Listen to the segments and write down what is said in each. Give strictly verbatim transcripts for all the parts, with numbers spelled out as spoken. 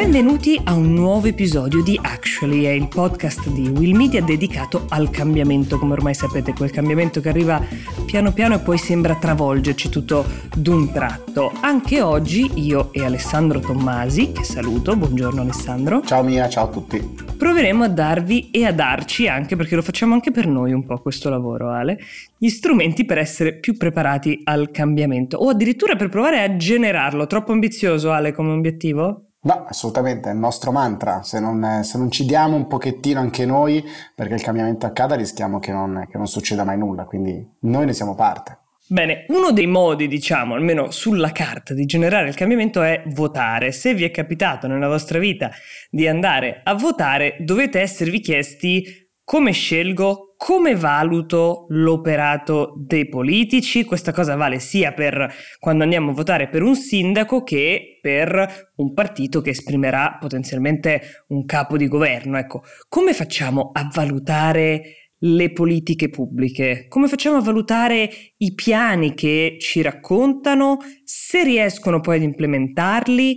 Benvenuti a un nuovo episodio di Actually, è il podcast di Will Media dedicato al cambiamento, come ormai sapete, quel cambiamento che arriva piano piano e poi sembra travolgerci tutto d'un tratto. Anche oggi io e Alessandro Tommasi, che saluto, buongiorno Alessandro. Ciao Mia, ciao a tutti. Proveremo a darvi e a darci, anche perché lo facciamo anche per noi un po' questo lavoro, Ale, gli strumenti per essere più preparati al cambiamento o addirittura per provare a generarlo. Troppo ambizioso, Ale, come obiettivo? No, assolutamente, è il nostro mantra. Se non, se non ci diamo un pochettino anche noi perché il cambiamento accada, rischiamo che non, che non succeda mai nulla, quindi noi ne siamo parte. Bene, uno dei modi, diciamo, almeno sulla carta, di generare il cambiamento è votare. Se vi è capitato nella vostra vita di andare a votare, dovete esservi chiesti: come scelgo, come valuto l'operato dei politici? Questa cosa vale sia per quando andiamo a votare per un sindaco che per un partito che esprimerà potenzialmente un capo di governo. Ecco, come facciamo a valutare le politiche pubbliche? Come facciamo a valutare i piani che ci raccontano, se riescono poi ad implementarli?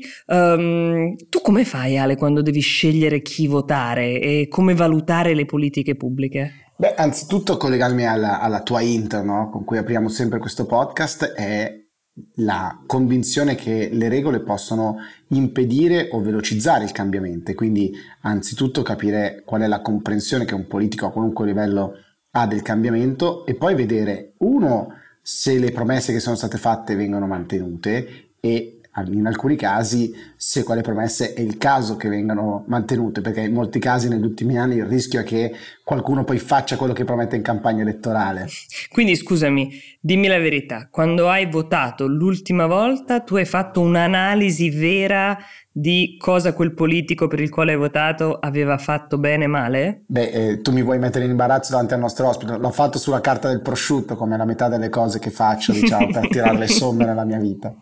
Um, tu come fai, Ale, quando devi scegliere chi votare e come valutare le politiche pubbliche? Beh, anzitutto collegarmi alla, alla tua intro, no? Con cui apriamo sempre questo podcast, è la convinzione che le regole possono impedire o velocizzare il cambiamento, e quindi anzitutto capire qual è la comprensione che un politico a qualunque livello ha del cambiamento, e poi vedere, uno, se le promesse che sono state fatte vengono mantenute, e in alcuni casi se quelle promesse è il caso che vengano mantenute, perché in molti casi negli ultimi anni il rischio è che qualcuno poi faccia quello che promette in campagna elettorale. Quindi scusami, dimmi la verità, quando hai votato l'ultima volta tu hai fatto un'analisi vera di cosa quel politico per il quale hai votato aveva fatto bene o male? Beh, eh, tu mi vuoi mettere in imbarazzo davanti al nostro ospite. L'ho fatto sulla carta del prosciutto, come la metà delle cose che faccio, diciamo, per tirare le somme nella mia vita.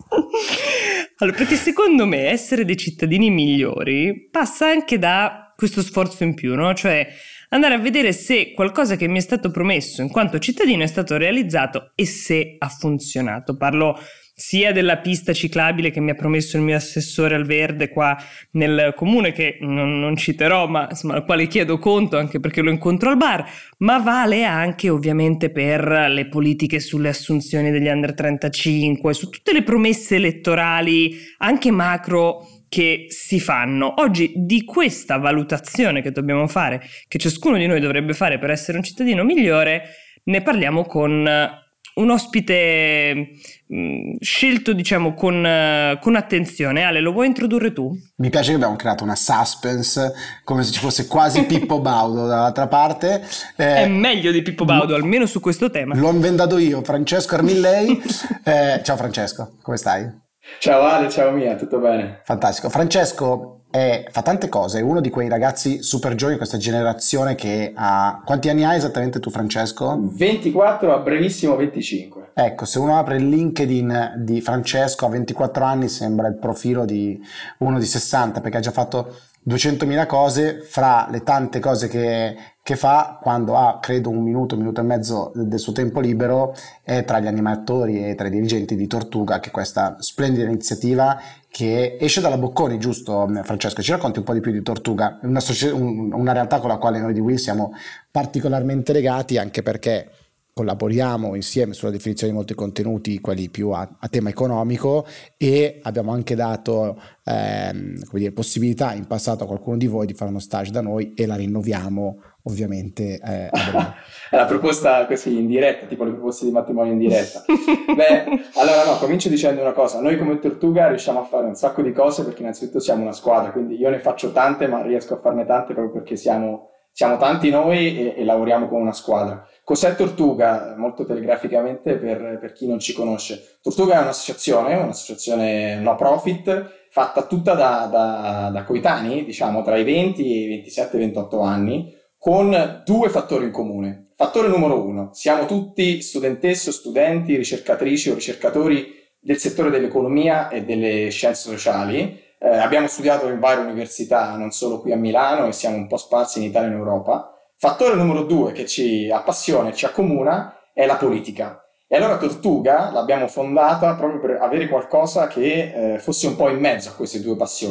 Allora, perché secondo me essere dei cittadini migliori passa anche da questo sforzo in più, no? Cioè andare a vedere se qualcosa che mi è stato promesso in quanto cittadino è stato realizzato e se ha funzionato. Parlo sia della pista ciclabile che mi ha promesso il mio assessore al verde qua nel comune, che non, non citerò, ma insomma al quale chiedo conto anche perché lo incontro al bar, ma vale anche ovviamente per le politiche sulle assunzioni degli under trentacinque, su tutte le promesse elettorali anche macro che si fanno. Oggi di questa valutazione che dobbiamo fare, che ciascuno di noi dovrebbe fare per essere un cittadino migliore, ne parliamo con un ospite mh, scelto, diciamo, con, uh, con attenzione. Ale, lo vuoi introdurre tu? Mi piace che abbiamo creato una suspense, come se ci fosse quasi Pippo Baudo dall'altra parte. Eh, È meglio di Pippo Baudo, lo, almeno su questo tema. L'ho invendato io, Francesco Armillei. eh, ciao Francesco, come stai? Ciao Ale, ciao Mia, tutto bene? Fantastico. Francesco è, fa tante cose, è uno di quei ragazzi super giovani, questa generazione che ha... Quanti anni hai esattamente tu, Francesco? ventiquattro, a brevissimo venticinque. Ecco, se uno apre il LinkedIn di Francesco a ventiquattro anni sembra il profilo di uno di sessanta, perché ha già fatto duecentomila cose. Fra le tante cose che, che fa, quando ha credo un minuto, un minuto e mezzo del suo tempo libero, è tra gli animatori e tra i dirigenti di Tortuga, che è questa splendida iniziativa che esce dalla Bocconi, giusto Francesco? Ci racconti un po' di più di Tortuga, una, socia- una realtà con la quale noi di Will siamo particolarmente legati, anche perché collaboriamo insieme sulla definizione di molti contenuti, quelli più a, a tema economico, e abbiamo anche dato ehm, come dire, possibilità in passato a qualcuno di voi di fare uno stage da noi, e la rinnoviamo ovviamente eh, a È la proposta così in diretta, tipo le proposte di matrimonio in diretta. Beh, allora no, comincio dicendo una cosa: noi come Tortuga riusciamo a fare un sacco di cose perché innanzitutto siamo una squadra, quindi io ne faccio tante, ma riesco a farne tante proprio perché siamo, siamo tanti noi e, e lavoriamo come una squadra. Cos'è Tortuga? Molto telegraficamente per, per chi non ci conosce. Tortuga è un'associazione, un'associazione no profit, fatta tutta da, da, da coetanei, diciamo tra i venti e i ventisette ventotto anni, con due fattori in comune. Fattore numero uno: siamo tutti studentesse o studenti, ricercatrici o ricercatori del settore dell'economia e delle scienze sociali. Eh, abbiamo studiato in varie università, non solo qui a Milano, e siamo un po' sparsi in Italia e in Europa. Fattore numero due che ci appassiona e ci accomuna è la politica. E allora Tortuga l'abbiamo fondata proprio per avere qualcosa che eh, fosse un po' in mezzo a queste due passioni.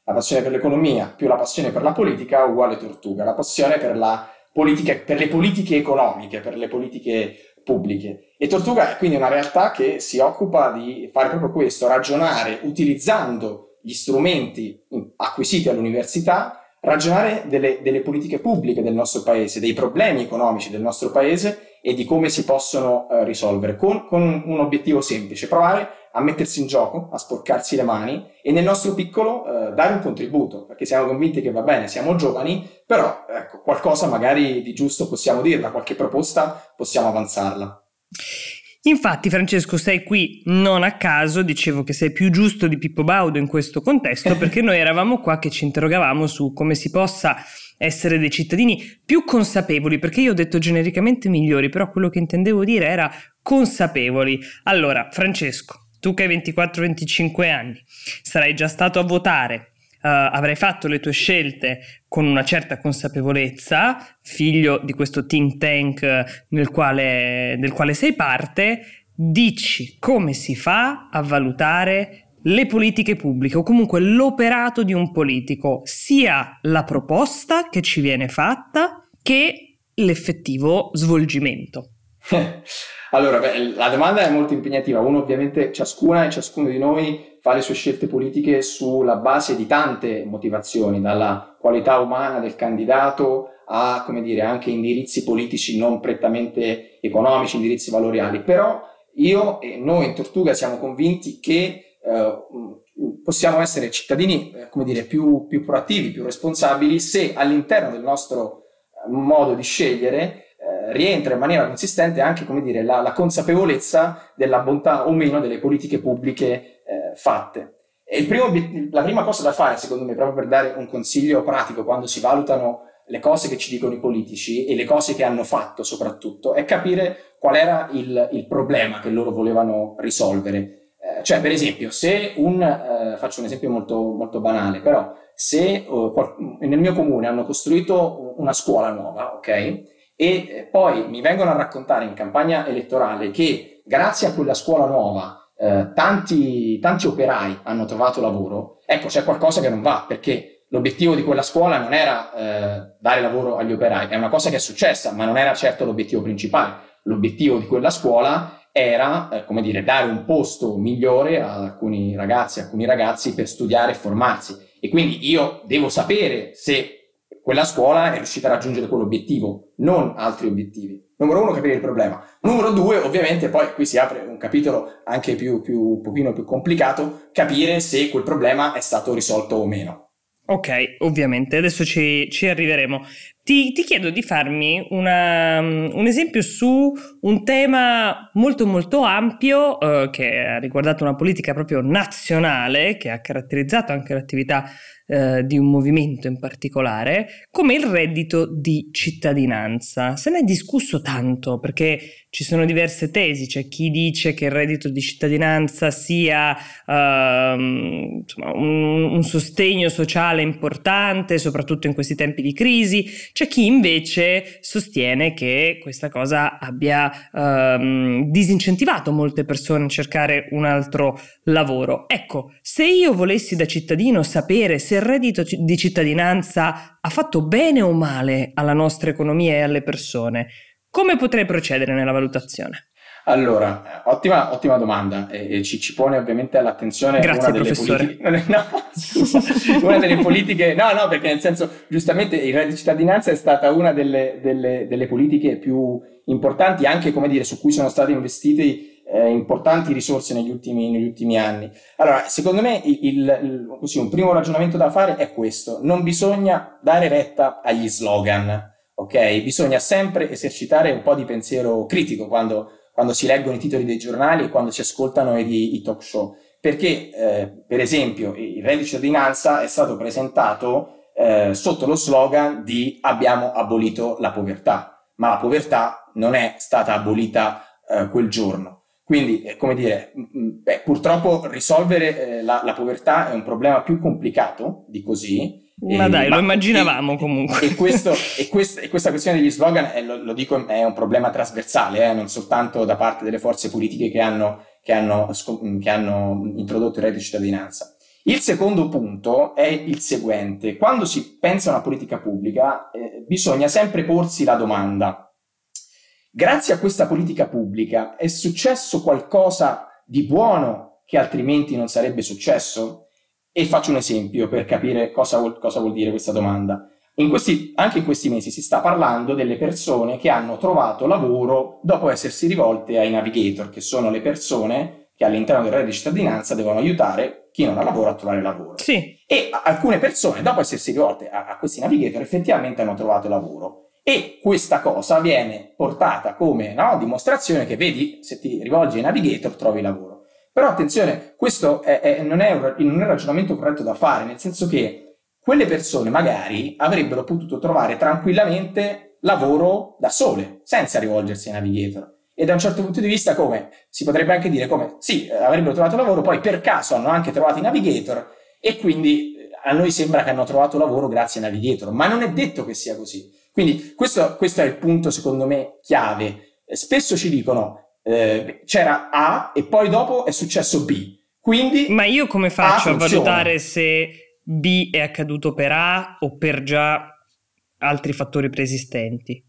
la passione per l'economia più la passione per la politica uguale Tortuga, la passione per la politica, per le politiche economiche, per le politiche pubbliche. E Tortuga è quindi una realtà che si occupa di fare proprio questo, ragionare utilizzando gli strumenti acquisiti all'università, ragionare delle, delle politiche pubbliche del nostro paese, dei problemi economici del nostro paese e di come si possono eh, risolvere, con, con un obiettivo semplice: provare a mettersi in gioco, a sporcarsi le mani e nel nostro piccolo eh, dare un contributo, perché siamo convinti che va bene, siamo giovani, però ecco, qualcosa magari di giusto possiamo dirla, qualche proposta possiamo avanzarla. Infatti, Francesco, sei qui non a caso, dicevo che sei più giusto di Pippo Baudo in questo contesto, perché noi eravamo qua che ci interrogavamo su come si possa essere dei cittadini più consapevoli, perché io ho detto genericamente migliori, però quello che intendevo dire era consapevoli. Allora, Francesco, tu che hai ventiquattro venticinque anni, sarai già stato a votare, Uh, avrai fatto le tue scelte con una certa consapevolezza, figlio di questo think tank nel quale, del quale sei parte. Dici come si fa a valutare le politiche pubbliche o comunque l'operato di un politico, sia la proposta che ci viene fatta che l'effettivo svolgimento. Allora, beh, la domanda è molto impegnativa. Uno, ovviamente, ciascuna e ciascuno di noi fa le sue scelte politiche sulla base di tante motivazioni, dalla qualità umana del candidato a, come dire, anche indirizzi politici non prettamente economici, indirizzi valoriali. Però io e noi in Tortuga siamo convinti che eh, possiamo essere cittadini, eh, come dire, più, più proattivi, più responsabili, se all'interno del nostro modo di scegliere Eh, rientra in maniera consistente anche, come dire, la, la consapevolezza della bontà o meno delle politiche pubbliche eh, fatte. E il primo, la prima cosa da fare, secondo me, proprio per dare un consiglio pratico quando si valutano le cose che ci dicono i politici e le cose che hanno fatto soprattutto, è capire qual era il, il problema che loro volevano risolvere. Eh, cioè, per esempio, se un, eh, faccio un esempio molto, molto banale, però se uh, qual- nel mio comune hanno costruito una scuola nuova, ok? E poi mi vengono a raccontare in campagna elettorale che grazie a quella scuola nuova eh, tanti, tanti operai hanno trovato lavoro, ecco, c'è qualcosa che non va, perché l'obiettivo di quella scuola non era eh, dare lavoro agli operai, è una cosa che è successa, ma non era certo l'obiettivo principale. L'obiettivo di quella scuola era, eh, come dire, dare un posto migliore a alcuni ragazzi, a alcuni ragazzi per studiare e formarsi. E quindi io devo sapere se quella scuola è riuscita a raggiungere quell'obiettivo, non altri obiettivi. Numero uno, capire il problema. Numero due, ovviamente, poi qui si apre un capitolo anche più, più, un pochino più complicato, capire se quel problema è stato risolto o meno. Ok, ovviamente, adesso ci, ci arriveremo. Ti, ti chiedo di farmi una, un esempio su un tema molto molto ampio eh, che ha riguardato una politica proprio nazionale, che ha caratterizzato anche l'attività eh, di un movimento in particolare, come il reddito di cittadinanza. Se ne è discusso tanto perché ci sono diverse tesi, c'è chi dice che il reddito di cittadinanza sia ehm, insomma, un, un sostegno sociale importante, soprattutto in questi tempi di crisi. C'è chi invece sostiene che questa cosa abbia ehm, disincentivato molte persone a cercare un altro lavoro. Ecco, se io volessi da cittadino sapere se il reddito di cittadinanza ha fatto bene o male alla nostra economia e alle persone, come potrei procedere nella valutazione? Allora, ottima, ottima domanda e, e ci, ci pone ovviamente all'attenzione Grazie, una delle professore. politiche, no, scusa, una delle politiche, no, no, perché nel senso, giustamente il reddito di cittadinanza è stata una delle, delle, delle politiche più importanti, anche, come dire, su cui sono state investite eh, importanti risorse negli ultimi, negli ultimi anni. Allora, secondo me il, il, il, così, un primo ragionamento da fare è questo: non bisogna dare retta agli slogan, ok? Bisogna sempre esercitare un po' di pensiero critico quando quando si leggono i titoli dei giornali e quando si ascoltano i, i talk show, perché eh, per esempio il reddito di cittadinanza è stato presentato eh, sotto lo slogan di abbiamo abolito la povertà, ma la povertà non è stata abolita eh, quel giorno. Quindi, eh, come dire, mh, beh, purtroppo risolvere eh, la, la povertà è un problema più complicato di così. Ma e, dai, ma, lo immaginavamo e, comunque. E, questo, e, questa, e questa questione degli slogan, è, lo, lo dico, è un problema trasversale, eh, non soltanto da parte delle forze politiche che hanno, che hanno, che hanno introdotto il reddito di cittadinanza. Il secondo punto è il seguente: quando si pensa a una politica pubblica eh, bisogna sempre porsi la domanda: grazie a questa politica pubblica è successo qualcosa di buono che altrimenti non sarebbe successo? E faccio un esempio per capire cosa vuol, cosa vuol dire questa domanda. In questi, anche in questi mesi si sta parlando delle persone che hanno trovato lavoro dopo essersi rivolte ai navigator, che sono le persone che all'interno del reddito di cittadinanza devono aiutare chi non ha lavoro a trovare lavoro. Sì. E alcune persone, dopo essersi rivolte a, a questi navigator, effettivamente hanno trovato lavoro. E questa cosa viene portata come, no, dimostrazione che, vedi, se ti rivolgi ai navigator trovi lavoro. Però attenzione, questo è, è, non, è un, non è un ragionamento corretto da fare, nel senso che quelle persone magari avrebbero potuto trovare tranquillamente lavoro da sole, senza rivolgersi ai navigator. E da un certo punto di vista, come si potrebbe anche dire, come sì, avrebbero trovato lavoro, poi per caso hanno anche trovato i navigator e quindi a noi sembra che hanno trovato lavoro grazie ai navigator, ma non è detto che sia così. Quindi questo, questo è il punto, secondo me, chiave. Spesso ci dicono eh, c'era A e poi dopo è successo B. Quindi ma io come faccio a, a valutare se B è accaduto per A o per già altri fattori preesistenti?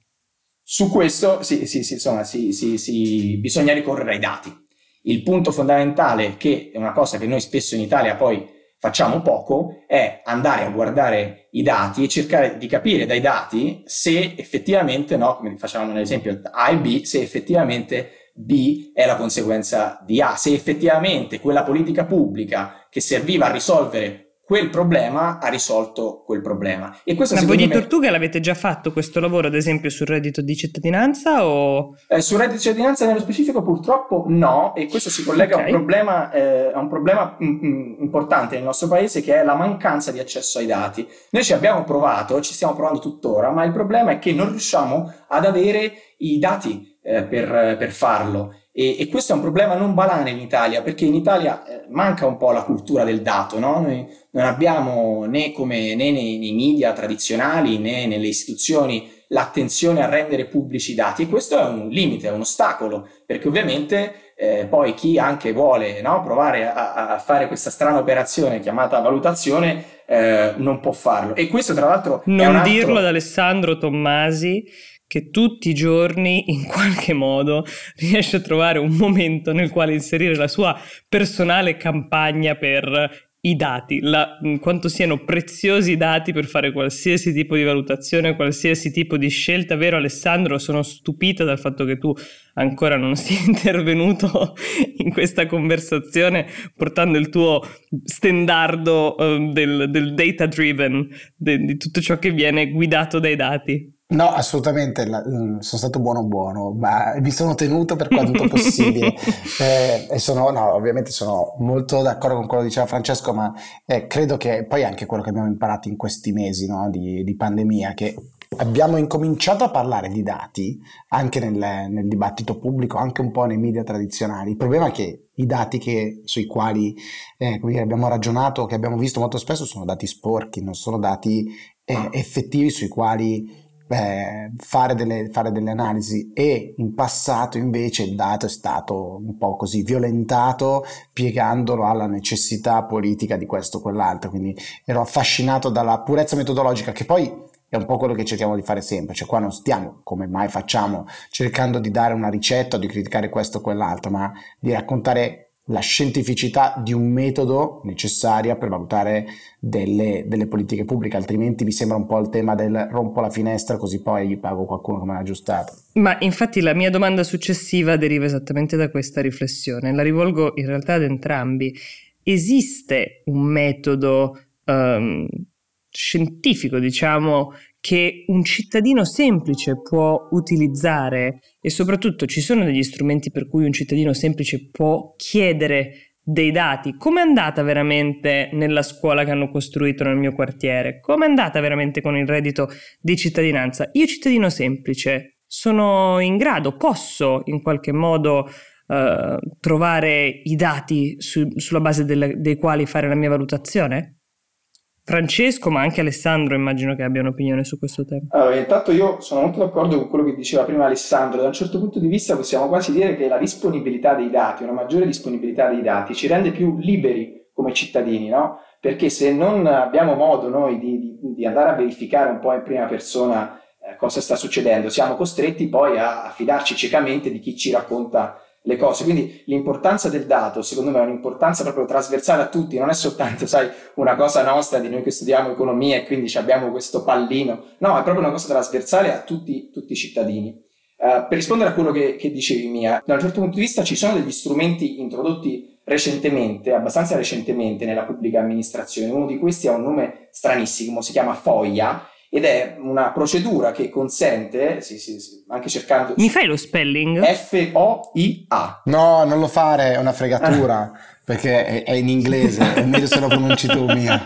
Su questo sì, sì, sì, insomma, sì, sì, sì, bisogna ricorrere ai dati. Il punto fondamentale, che è una cosa che noi spesso in Italia poi facciamo poco, è andare a guardare i dati e cercare di capire dai dati se effettivamente, no, come facevamo nell'esempio A e B, se effettivamente B è la conseguenza di A, se effettivamente quella politica pubblica che serviva a risolvere quel problema ha risolto quel problema. E questo, ma voi di me... Tortuga l'avete già fatto questo lavoro, ad esempio sul reddito di cittadinanza o eh, sul reddito di cittadinanza nello specifico purtroppo no, e questo si collega okay. a un problema eh, a un problema m- m- importante nel nostro paese, che è la mancanza di accesso ai dati. Noi ci abbiamo provato, ci stiamo provando tuttora, ma il problema è che non riusciamo ad avere i dati eh, per, per farlo. E, e questo è un problema non banale in Italia, perché in Italia eh, manca un po' la cultura del dato, no? Noi non abbiamo né, come, né nei, nei media tradizionali né nelle istituzioni l'attenzione a rendere pubblici i dati, e questo è un limite, è un ostacolo, perché ovviamente eh, poi chi anche vuole, no, provare a, a fare questa strana operazione chiamata valutazione eh, non può farlo. E questo tra l'altro non è un altro... dirlo ad Alessandro Tommasi, che tutti i giorni in qualche modo riesce a trovare un momento nel quale inserire la sua personale campagna per i dati, la, quanto siano preziosi i dati per fare qualsiasi tipo di valutazione, qualsiasi tipo di scelta. Vero Alessandro? Sono stupita dal fatto che tu ancora non sia intervenuto in questa conversazione portando il tuo stendardo uh, del, del data driven, de, di tutto ciò che viene guidato dai dati. No, assolutamente, la, sono stato buono buono, ma mi sono tenuto per quanto possibile eh, e sono, no, ovviamente sono molto d'accordo con quello che diceva Francesco, ma eh, credo che poi anche quello che abbiamo imparato in questi mesi, no, di, di pandemia, che abbiamo incominciato a parlare di dati anche nel, nel dibattito pubblico, anche un po' nei media tradizionali. Il problema è che i dati che, sui quali eh, come dire, abbiamo ragionato, che abbiamo visto molto spesso, sono dati sporchi, non sono dati eh, effettivi sui quali Eh, fare, delle, fare delle analisi, e in passato invece il dato è stato un po' così violentato, piegandolo alla necessità politica di questo o quell'altro, quindi ero affascinato dalla purezza metodologica, che poi è un po' quello che cerchiamo di fare sempre, cioè qua non stiamo, come mai facciamo, cercando di dare una ricetta o di criticare questo o quell'altro, ma di raccontare la scientificità di un metodo necessaria per valutare delle, delle politiche pubbliche, altrimenti mi sembra un po' il tema del rompo la finestra così poi gli pago qualcuno che me l'ha aggiustato. Ma infatti la mia domanda successiva deriva esattamente da questa riflessione, la rivolgo in realtà ad entrambi. Esiste un metodo um, scientifico, diciamo, che un cittadino semplice può utilizzare, e soprattutto ci sono degli strumenti per cui un cittadino semplice può chiedere dei dati? Com'è andata veramente nella scuola che hanno costruito nel mio quartiere? Com'è andata veramente con il reddito di cittadinanza? Io cittadino semplice sono in grado, posso in qualche modo uh, trovare i dati su, sulla base delle, dei quali fare la mia valutazione? Francesco, ma anche Alessandro immagino che abbia un'opinione su questo tema. Allora, intanto io sono molto d'accordo con quello che diceva prima Alessandro. Da un certo punto di vista possiamo quasi dire che la disponibilità dei dati, una maggiore disponibilità dei dati, ci rende più liberi come cittadini, no? Perché se non abbiamo modo noi di, di, di andare a verificare un po' in prima persona eh, cosa sta succedendo, siamo costretti poi a, a fidarci ciecamente di chi ci racconta le cose. Quindi l'importanza del dato, secondo me, è un'importanza proprio trasversale a tutti, non è soltanto, sai, una cosa nostra di noi che studiamo economia e quindi abbiamo questo pallino, no, è proprio una cosa trasversale a tutti, tutti i cittadini. Uh, per rispondere a quello che, che dicevi, Mia, da un certo punto di vista ci sono degli strumenti introdotti recentemente, abbastanza recentemente nella pubblica amministrazione. Uno di questi ha un nome stranissimo, si chiama FOIA, ed è una procedura che consente, sì, sì, sì, anche cercando... Mi fai lo spelling? F O I A. No, non lo fare, è una fregatura, perché è, è in inglese, è meglio se lo pronunci tu, Mia.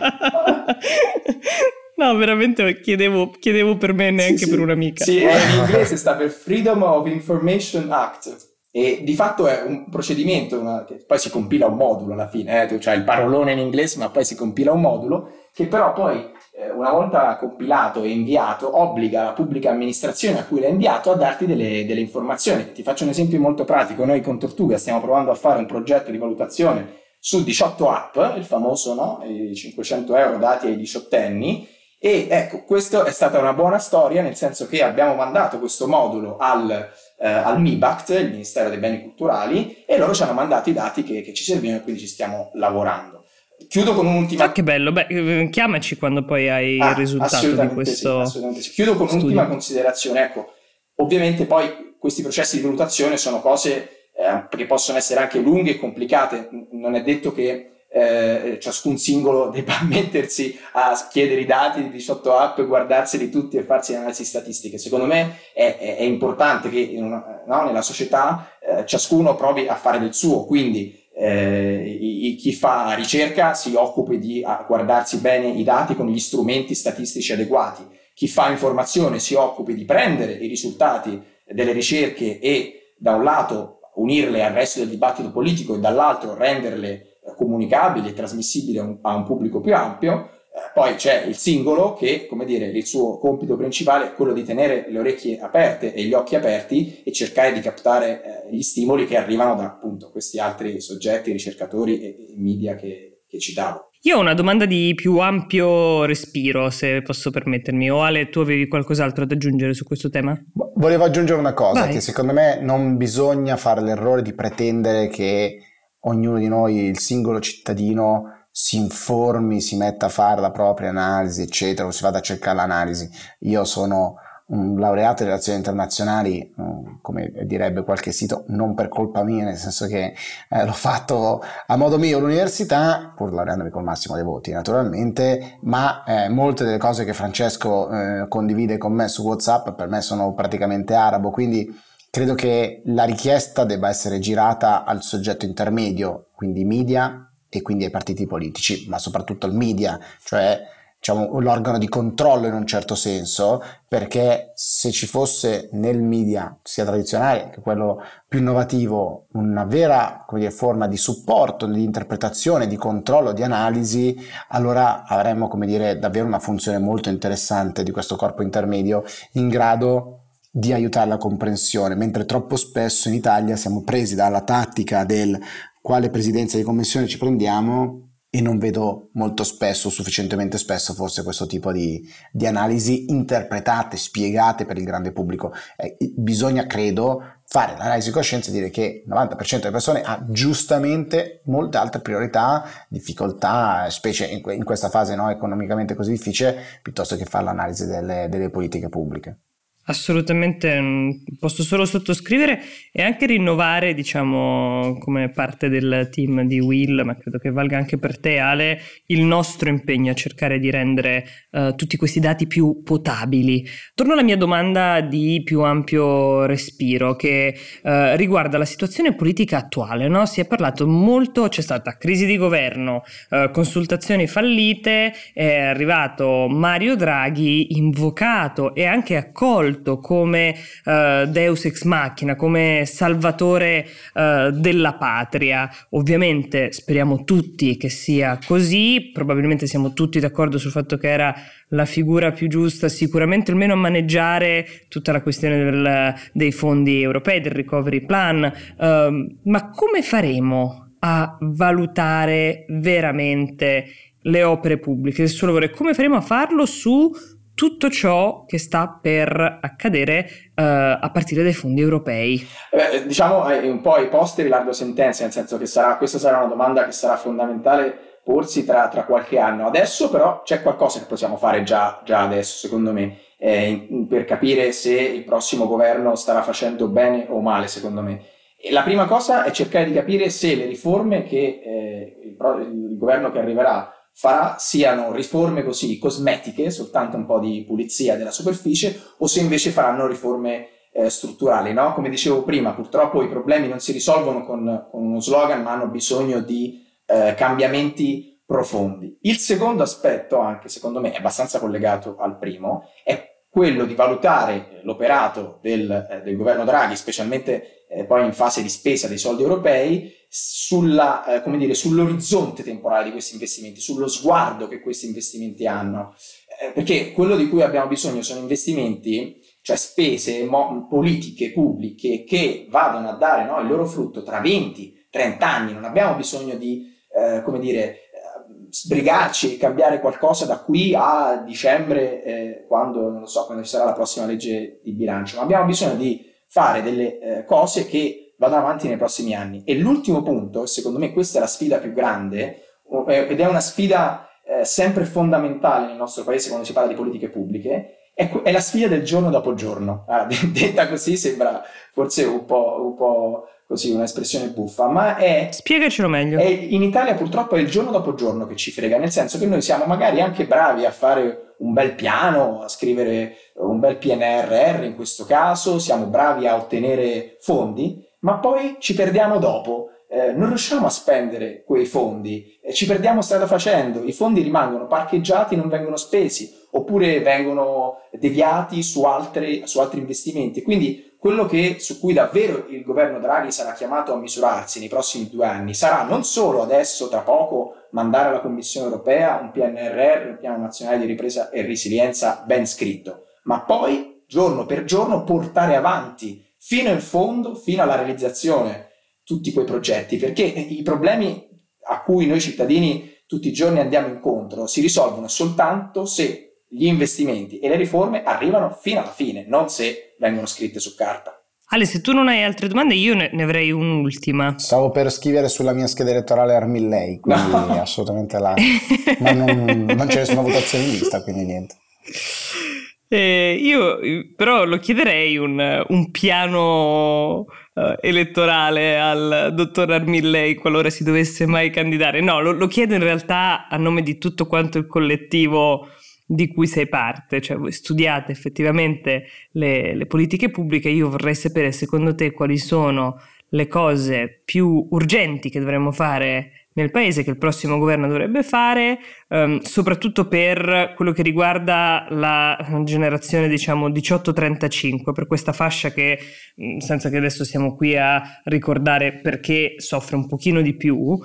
No, veramente chiedevo, chiedevo per me, neanche sì, per sì. un'amica. Sì, in inglese sta per Freedom of Information Act. E di fatto è un procedimento una, che poi si compila un modulo alla fine, eh? Cioè il parolone in inglese, ma poi si compila un modulo che però poi eh, una volta compilato e inviato obbliga la pubblica amministrazione a cui l'ha inviato a darti delle, delle informazioni. Ti faccio un esempio molto pratico: noi con Tortuga stiamo provando a fare un progetto di valutazione su diciotto app, il famoso, no? I cinquecento euro dati ai diciottenni. E ecco, questa è stata una buona storia, nel senso che abbiamo mandato questo modulo al, eh, al MIBACT, il Ministero dei Beni Culturali, e loro ci hanno mandato i dati che, che ci servivano, e quindi ci stiamo lavorando. Chiudo con un'ultima... Ah, che bello, beh, chiamaci quando poi hai ah, il risultato di questo sì, assolutamente sì. Chiudo con studio. Un'ultima considerazione. Ecco, ovviamente poi questi processi di valutazione sono cose eh, che possono essere anche lunghe e complicate. Non è detto che Eh, ciascun singolo debba mettersi a chiedere i dati di diciotto app, guardarseli tutti e farsi analisi statistiche. Secondo me è, è, è importante che in una, no, nella società eh, ciascuno provi a fare del suo, quindi eh, i, chi fa ricerca si occupi di a guardarsi bene i dati con gli strumenti statistici adeguati, chi fa informazione si occupi di prendere i risultati delle ricerche e da un lato unirle al resto del dibattito politico e dall'altro renderle comunicabili e trasmissibili a un, a un pubblico più ampio. Eh, poi c'è il singolo che, come dire, il suo compito principale è quello di tenere le orecchie aperte e gli occhi aperti e cercare di captare eh, gli stimoli che arrivano da appunto questi altri soggetti, ricercatori e, e media che, che citavo. Io ho una domanda di più ampio respiro, se posso permettermi. O Ale, tu avevi qualcos'altro da aggiungere su questo tema? Volevo aggiungere una cosa: Vai. Che secondo me non bisogna fare l'errore di pretendere che ognuno di noi, il singolo cittadino, si informi, si metta a fare la propria analisi, eccetera, o si vada a cercare l'analisi. Io sono un laureato in relazioni internazionali, come direbbe qualche sito, non per colpa mia, nel senso che eh, l'ho fatto a modo mio all'università, pur laureandomi col massimo dei voti naturalmente, ma eh, molte delle cose che Francesco eh, condivide con me su WhatsApp per me sono praticamente arabo, quindi credo che la richiesta debba essere girata al soggetto intermedio, quindi i media e quindi ai partiti politici, ma soprattutto al media, cioè diciamo l'organo di controllo in un certo senso, perché se ci fosse nel media, sia tradizionale che quello più innovativo, una vera, come dire, forma di supporto, di interpretazione, di controllo, di analisi, allora avremmo, come dire, davvero una funzione molto interessante di questo corpo intermedio in grado di aiutare la comprensione, mentre troppo spesso in Italia siamo presi dalla tattica del quale presidenza di commissione ci prendiamo e non vedo molto spesso, sufficientemente spesso forse, questo tipo di, di analisi interpretate, spiegate per il grande pubblico. Eh, bisogna, credo, fare l'analisi di coscienza e dire che il novanta per cento delle persone ha giustamente molte altre priorità, difficoltà, specie in, in questa fase, no, economicamente così difficile, piuttosto che fare l'analisi delle, delle politiche pubbliche. Assolutamente, posso solo sottoscrivere e anche rinnovare, diciamo, come parte del team di Will, ma credo che valga anche per te, Ale, il nostro impegno a cercare di rendere uh, tutti questi dati più potabili. Torno alla mia domanda di più ampio respiro, che uh, riguarda la situazione politica attuale, no? Si è parlato molto, c'è stata crisi di governo, uh, consultazioni fallite, è arrivato Mario Draghi, invocato e anche accolto come uh, Deus ex machina, come salvatore uh, della patria. Ovviamente speriamo tutti che sia così, probabilmente siamo tutti d'accordo sul fatto che era la figura più giusta sicuramente almeno a maneggiare tutta la questione del, dei fondi europei, del recovery plan, uh, ma come faremo a valutare veramente le opere pubbliche del suo lavoro e come faremo a farlo su tutto ciò che sta per accadere uh, a partire dai fondi europei? Eh, diciamo è un po' ai posteri largo sentenza, nel senso che sarà, questa sarà una domanda che sarà fondamentale porsi tra, tra qualche anno. Adesso però c'è qualcosa che possiamo fare già, già adesso, secondo me, eh, in, per capire se il prossimo governo starà facendo bene o male, secondo me. E la prima cosa è cercare di capire se le riforme che eh, il, il governo che arriverà farà siano riforme così cosmetiche, soltanto un po' di pulizia della superficie, o se invece faranno riforme eh, strutturali, no? Come dicevo prima, purtroppo i problemi non si risolvono con, con uno slogan, ma hanno bisogno di eh, cambiamenti profondi. Il secondo aspetto, anche secondo me, è abbastanza collegato al primo, è quello di valutare l'operato del, eh, del governo Draghi, specialmente eh, poi in fase di spesa dei soldi europei, sulla, eh, come dire, sull'orizzonte temporale di questi investimenti, sullo sguardo che questi investimenti hanno. Eh, perché quello di cui abbiamo bisogno sono investimenti, cioè spese mo- politiche pubbliche che vadano a dare, no, il loro frutto tra venti trenta anni. Non abbiamo bisogno di, eh, come dire, sbrigarci e cambiare qualcosa da qui a dicembre, eh, quando non lo so, quando ci sarà la prossima legge di bilancio, ma abbiamo bisogno di fare delle eh, cose che vadano avanti nei prossimi anni. E l'ultimo punto, secondo me questa è la sfida più grande, eh, ed è una sfida eh, sempre fondamentale nel nostro paese quando si parla di politiche pubbliche, è, è la sfida del giorno dopo giorno. Ah, detta così sembra forse un po', un po' così un'espressione buffa, ma è... Spiegacelo meglio. È, in Italia purtroppo è il giorno dopo giorno che ci frega, nel senso che noi siamo magari anche bravi a fare un bel piano, a scrivere un bel P N R R in questo caso, siamo bravi a ottenere fondi, ma poi ci perdiamo dopo. Eh, non riusciamo a spendere quei fondi, eh, ci perdiamo strada facendo, i fondi rimangono parcheggiati, non vengono spesi, oppure vengono deviati su, altre, su altri investimenti. Quindi quello che, su cui davvero il governo Draghi sarà chiamato a misurarsi nei prossimi due anni sarà non solo adesso, tra poco, mandare alla Commissione europea un P N R R, un Piano Nazionale di Ripresa e Resilienza ben scritto, ma poi, giorno per giorno, portare avanti fino in fondo, fino alla realizzazione, tutti quei progetti, perché i problemi a cui noi cittadini tutti i giorni andiamo incontro si risolvono soltanto se gli investimenti e le riforme arrivano fino alla fine, non se vengono scritte su carta. Ale, se tu non hai altre domande, io ne, ne avrei un'ultima. Stavo per scrivere sulla mia scheda elettorale Armillei, quindi no. Assolutamente là. Ma non, non c'è nessuna votazione in lista, quindi niente. Eh, io però lo chiederei un, un piano uh, elettorale al dottor Armillei qualora si dovesse mai candidare. No, lo, lo chiedo in realtà a nome di tutto quanto il collettivo di cui sei parte, cioè voi studiate effettivamente le, le politiche pubbliche. Io vorrei sapere secondo te quali sono le cose più urgenti che dovremmo fare nel paese, che il prossimo governo dovrebbe fare, ehm, soprattutto per quello che riguarda la generazione diciamo diciotto trentacinque, per questa fascia che, senza che adesso siamo qui a ricordare perché soffre un pochino di più,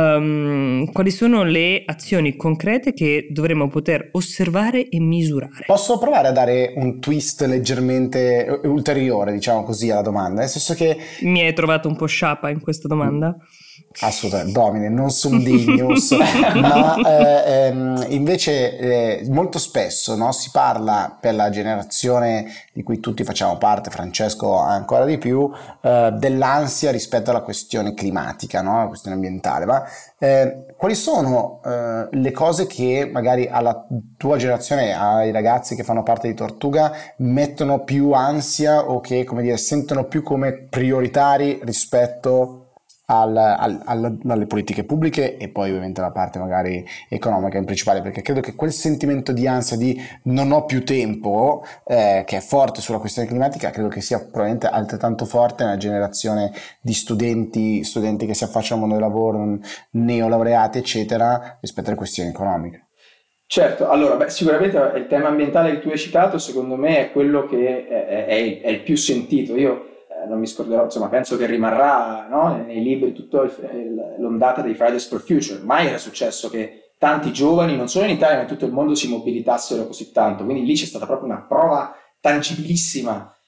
ehm, quali sono le azioni concrete che dovremmo poter osservare e misurare? Posso provare a dare un twist leggermente ulteriore, diciamo così, alla domanda, nel senso che... Mi hai trovato un po' sciapa in questa domanda? Assolutamente, domine, non sum dignus, ma eh, ehm, invece eh, molto spesso, no, si parla, per la generazione di cui tutti facciamo parte, Francesco ancora di più, eh, dell'ansia rispetto alla questione climatica, no, la questione ambientale, ma eh, quali sono eh, le cose che magari alla tua generazione, ai ragazzi che fanno parte di Tortuga, mettono più ansia o che, come dire, sentono più come prioritari rispetto Al, al, al, alle politiche pubbliche e poi ovviamente la parte magari economica in principale, perché credo che quel sentimento di ansia di non ho più tempo eh, che è forte sulla questione climatica, credo che sia probabilmente altrettanto forte nella generazione di studenti studenti che si affacciano al mondo del lavoro, neolaureati eccetera, rispetto alle questioni economiche. Certo, allora beh, sicuramente il tema ambientale che tu hai citato secondo me è quello che è, è, è il più sentito. Io non mi scorderò, insomma, penso che rimarrà, no, nei libri tutta l'ondata dei Fridays for Future. Mai era successo che tanti giovani, non solo in Italia ma in tutto il mondo, si mobilitassero così tanto, quindi lì c'è stata proprio una prova tangibilissima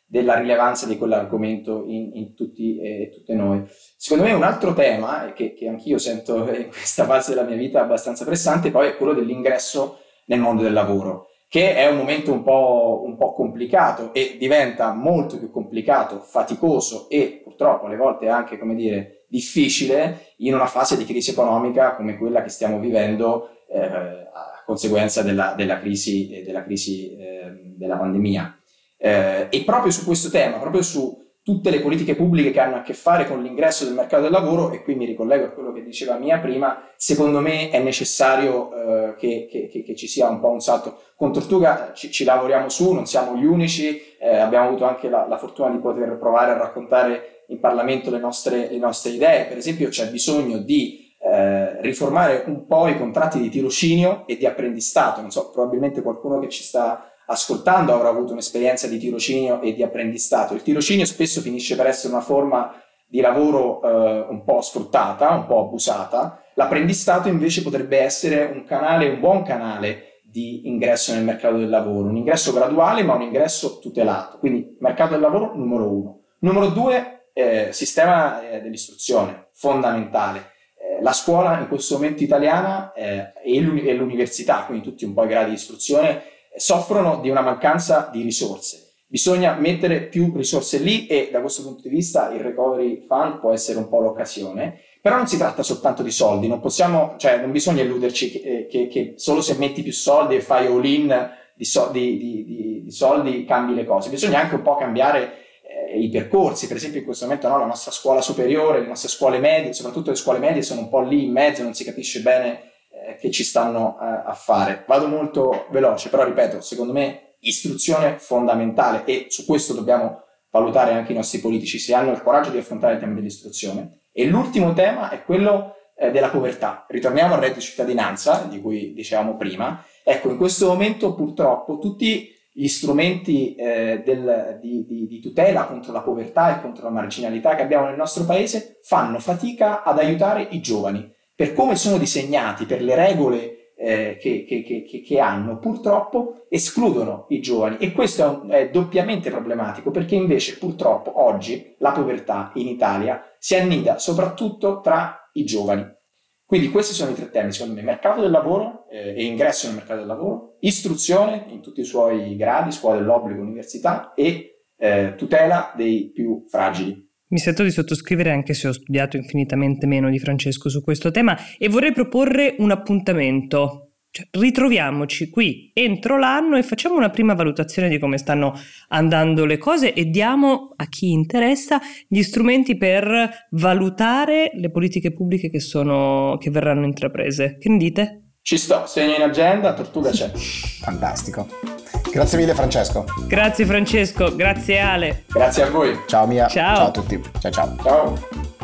della rilevanza di quell'argomento in, in tutti e tutte noi. Secondo me un altro tema che, che anch'io sento in questa fase della mia vita abbastanza pressante poi è quello dell'ingresso nel mondo del lavoro, che è un momento un po', un po' complicato e diventa molto più complicato, faticoso e purtroppo alle volte anche, come dire, difficile in una fase di crisi economica come quella che stiamo vivendo eh, a conseguenza della, della crisi, della, crisi eh, della pandemia. Eh, e proprio su questo tema, proprio su tutte le politiche pubbliche che hanno a che fare con l'ingresso del mercato del lavoro, e qui mi ricollego a quello che diceva Mia prima, secondo me è necessario eh, che, che, che ci sia un po' un salto. Con Tortuga ci, ci lavoriamo su, non siamo gli unici, eh, abbiamo avuto anche la, la fortuna di poter provare a raccontare in Parlamento le nostre, le nostre idee. Per esempio c'è bisogno di eh, riformare un po' i contratti di tirocinio e di apprendistato. Non so, probabilmente qualcuno che ci sta ascoltando avrà avuto un'esperienza di tirocinio e di apprendistato. Il tirocinio spesso finisce per essere una forma di lavoro eh, un po' sfruttata, un po' abusata. L'apprendistato invece potrebbe essere un canale, un buon canale di ingresso nel mercato del lavoro, un ingresso graduale ma un ingresso tutelato. Quindi mercato del lavoro numero uno. Numero due, eh, sistema eh, dell'istruzione, fondamentale. Eh, la scuola in questo momento italiana eh, e, l'uni- e l'università, quindi tutti un po' i gradi di istruzione, soffrono di una mancanza di risorse. Bisogna mettere più risorse lì e da questo punto di vista il Recovery Fund può essere un po' l'occasione, però non si tratta soltanto di soldi, non possiamo, cioè non bisogna illuderci che, che, che solo se metti più soldi e fai all-in di, so, di, di, di, di soldi cambi le cose, bisogna anche un po' cambiare eh, i percorsi. Per esempio in questo momento no, la nostra scuola superiore, le nostre scuole medie, soprattutto le scuole medie sono un po' lì in mezzo, non si capisce bene che ci stanno uh, a fare. Vado molto veloce, però ripeto, secondo me istruzione fondamentale e su questo dobbiamo valutare anche i nostri politici se hanno il coraggio di affrontare il tema dell'istruzione. E l'ultimo tema è quello eh, della povertà. Ritorniamo al reddito di cittadinanza di cui dicevamo prima. Ecco, in questo momento purtroppo tutti gli strumenti eh, del, di, di, di tutela contro la povertà e contro la marginalità che abbiamo nel nostro paese fanno fatica ad aiutare i giovani. Per come sono disegnati, per le regole eh, che, che, che, che hanno, purtroppo escludono i giovani e questo è, un, è doppiamente problematico perché invece purtroppo oggi la povertà in Italia si annida soprattutto tra i giovani. Quindi questi sono i tre temi, secondo me: mercato del lavoro eh, e ingresso nel mercato del lavoro, istruzione in tutti i suoi gradi, scuola dell'obbligo, università e eh, tutela dei più fragili. Mi sento di sottoscrivere anche se ho studiato infinitamente meno di Francesco su questo tema e vorrei proporre un appuntamento. Cioè, ritroviamoci qui entro l'anno e facciamo una prima valutazione di come stanno andando le cose e diamo a chi interessa gli strumenti per valutare le politiche pubbliche che sono che verranno intraprese. Che ne dite? Ci sto, segno in agenda, Tortuga c'è. Fantastico. Grazie mille Francesco. Grazie Francesco, grazie Ale. Grazie a voi. Ciao Mia. Ciao. Ciao a tutti. Ciao ciao. Ciao.